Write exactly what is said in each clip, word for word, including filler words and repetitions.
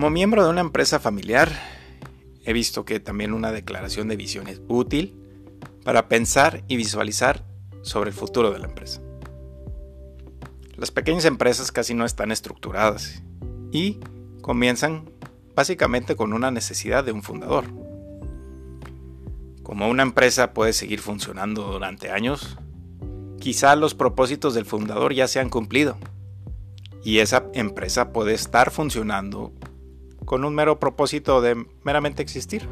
Como miembro de una empresa familiar, he visto que también una declaración de visión es útil para pensar y visualizar sobre el futuro de la empresa. Las pequeñas empresas casi no están estructuradas y comienzan básicamente con una necesidad de un fundador. Como una empresa puede seguir funcionando durante años, quizá los propósitos del fundador ya se han cumplido y esa empresa puede estar funcionando con un mero propósito de meramente existir.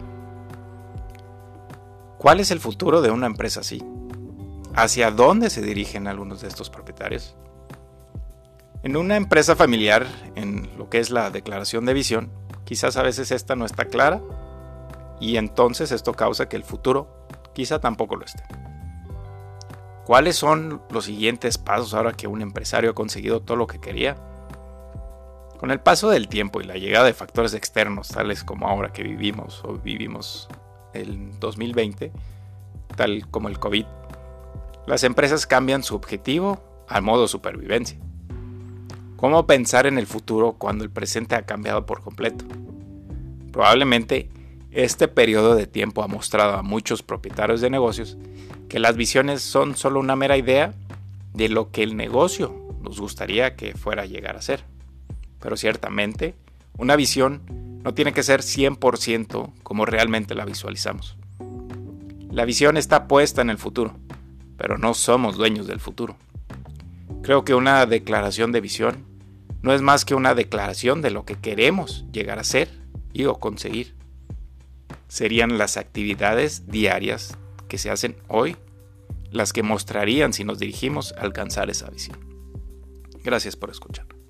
¿Cuál es el futuro de una empresa así? ¿Hacia dónde se dirigen algunos de estos propietarios? En una empresa familiar, en lo que es la declaración de visión, quizás a veces esta no está clara y entonces esto causa que el futuro quizá tampoco lo esté. ¿Cuáles son los siguientes pasos ahora que un empresario ha conseguido todo lo que quería? Con el paso del tiempo y la llegada de factores externos, tales como ahora que vivimos o vivimos el dos mil veinte, tal como el COVID, las empresas cambian su objetivo al modo supervivencia. ¿Cómo pensar en el futuro cuando el presente ha cambiado por completo? Probablemente este periodo de tiempo ha mostrado a muchos propietarios de negocios que las visiones son solo una mera idea de lo que el negocio nos gustaría que fuera a llegar a ser. Pero ciertamente, una visión no tiene que ser cien por ciento como realmente la visualizamos. La visión está puesta en el futuro, pero no somos dueños del futuro. Creo que una declaración de visión no es más que una declaración de lo que queremos llegar a ser y o conseguir. Serían las actividades diarias que se hacen hoy las que mostrarían si nos dirigimos a alcanzar esa visión. Gracias por escuchar.